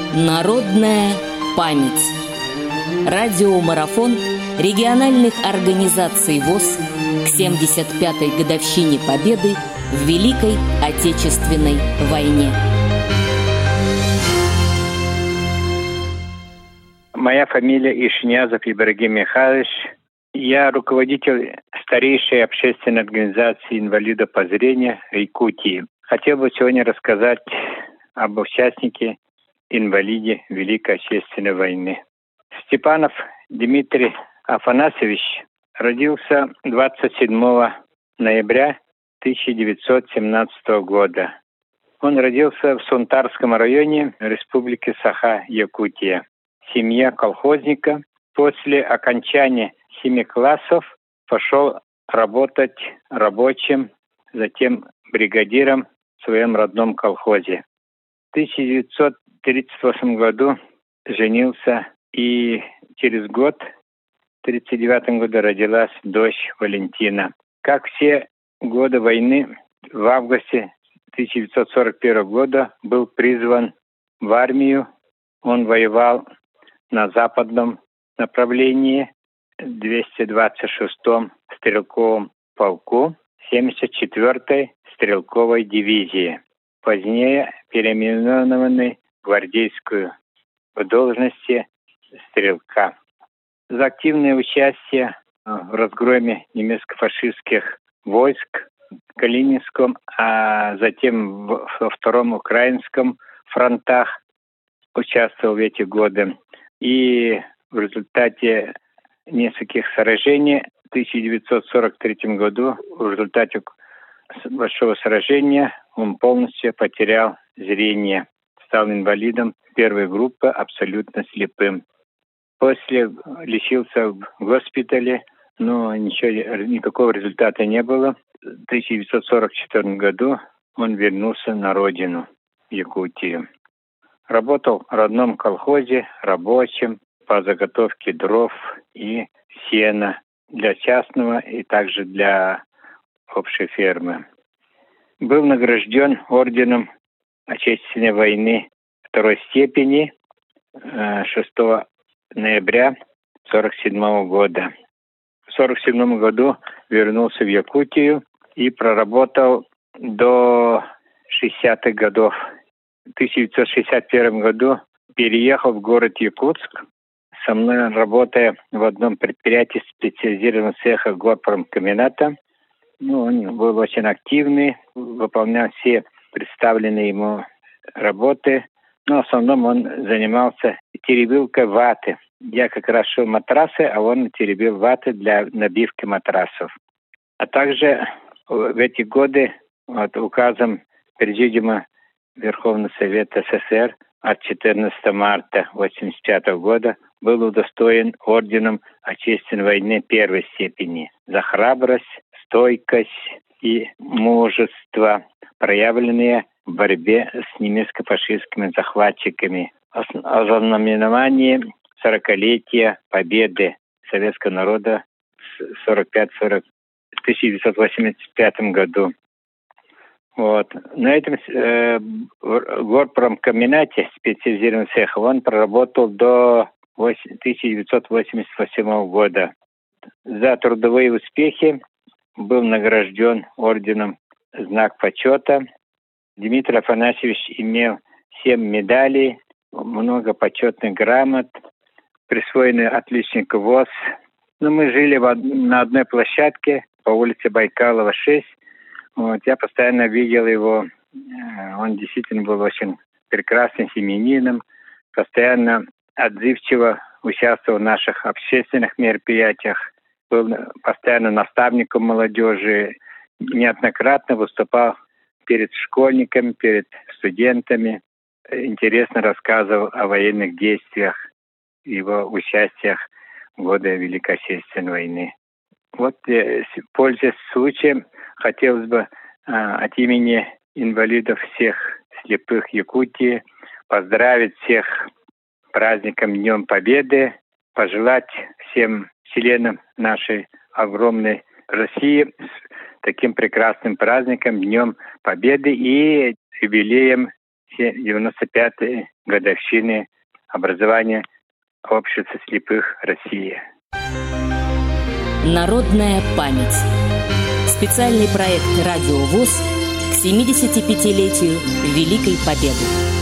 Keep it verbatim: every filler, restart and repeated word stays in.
Народная память. Радиомарафон региональных организаций ВОС к семьдесят пятой годовщине Победы в Великой Отечественной войне. Моя фамилия Ишниязов Ибрагим Михайлович. Я руководитель старейшей общественной организации инвалидов по зрению Якутии. Хотел бы сегодня рассказать об участнике, инвалиде Великой Отечественной войны. Степанов Дмитрий Афанасьевич родился двадцать седьмого ноября тысяча девятьсот семнадцатого года. Он родился в Сунтарском районе Республики Саха-Якутия. Семья колхозника. После окончания семи классов пошел работать рабочим, затем бригадиром в своем родном колхозе. В тысяча девятьсот тридцать восьмом году женился, и через год, в тридцать девятом году, родилась дочь Валентина. Как все годы войны, в августе тысяча девятьсот сорок первого года был призван в армию. Он воевал на западном направлении, двести двадцать шестом стрелковом полку, семьдесят четвёртой стрелковой дивизии. Позднее переименованный в гвардейскую в должности стрелка. За активное участие в разгроме немецко-фашистских войск в Калининском, а затем во Втором Украинском фронтах участвовал в эти годы. И в результате нескольких сражений в тысяча девятьсот сорок третьем году, в результате большого сражения, он полностью потерял зрение, стал инвалидом первой группы, абсолютно слепым. После лечился в госпитале, но ничего, никакого результата не было. В тысяча девятьсот сорок четвёртом году он вернулся на родину, в Якутию. Работал в родном колхозе рабочим по заготовке дров и сена для частного и также для общей фермы. Был награжден орденом Отечественной войны второй степени шестого ноября сорок седьмого года. В сорок седьмом году вернулся в Якутию и проработал до шестидесятых годов. В тысяча девятьсот шестьдесят первом году переехал в город Якутск, со мной работая в одном предприятии специализированного цеха горпромкомбината. Ну, он был очень активный, выполнял все представленные ему работы, но в основном он занимался теребилкой ваты. Я как раз шил матрасы, а он теребил ваты для набивки матрасов. А также в эти годы вот, указом Президиума Верховного Совета СССР от четырнадцатого марта восемьдесят пятого года был удостоен орденом Отечественной войны первой степени за храбрость, стойкость и мужество, проявленные в борьбе с немецко-фашистскими захватчиками. О знаменовании сорокалетия победы советского народа в сорок пятом сорок тысяча девятьсот восемьдесят пятом году. Вот. На этом э, горпромкомбинате специализированного цеха он проработал до тысяча девятьсот восемьдесят восьмого года. За трудовые успехи был награжден орденом «Знак почета». Дмитрий Афанасьевич имел семь медалей, много почетных грамот, присвоенные отличнику ВОС. Но мы жили в, на одной площадке по улице Байкалова, шесть. Вот, я постоянно видел его. Он действительно был очень прекрасным семьянином, постоянно отзывчиво участвовал в наших общественных мероприятиях, был постоянно наставником молодежи, неоднократно выступал перед школьниками, перед студентами, интересно рассказывал о военных действиях, его участиях в годы Великой Отечественной войны. Вот, пользуясь случаем, хотелось бы а, от имени инвалидов всех слепых Якутии поздравить всех праздником Днем Победы, пожелать всем членам нашей огромной России с таким прекрасным праздником, Днем Победы и юбилеем девяносто пятой годовщины образования Общества слепых России. Народная память. Специальный проект «Радио ВОС» к семидесятипятилетию Великой Победы.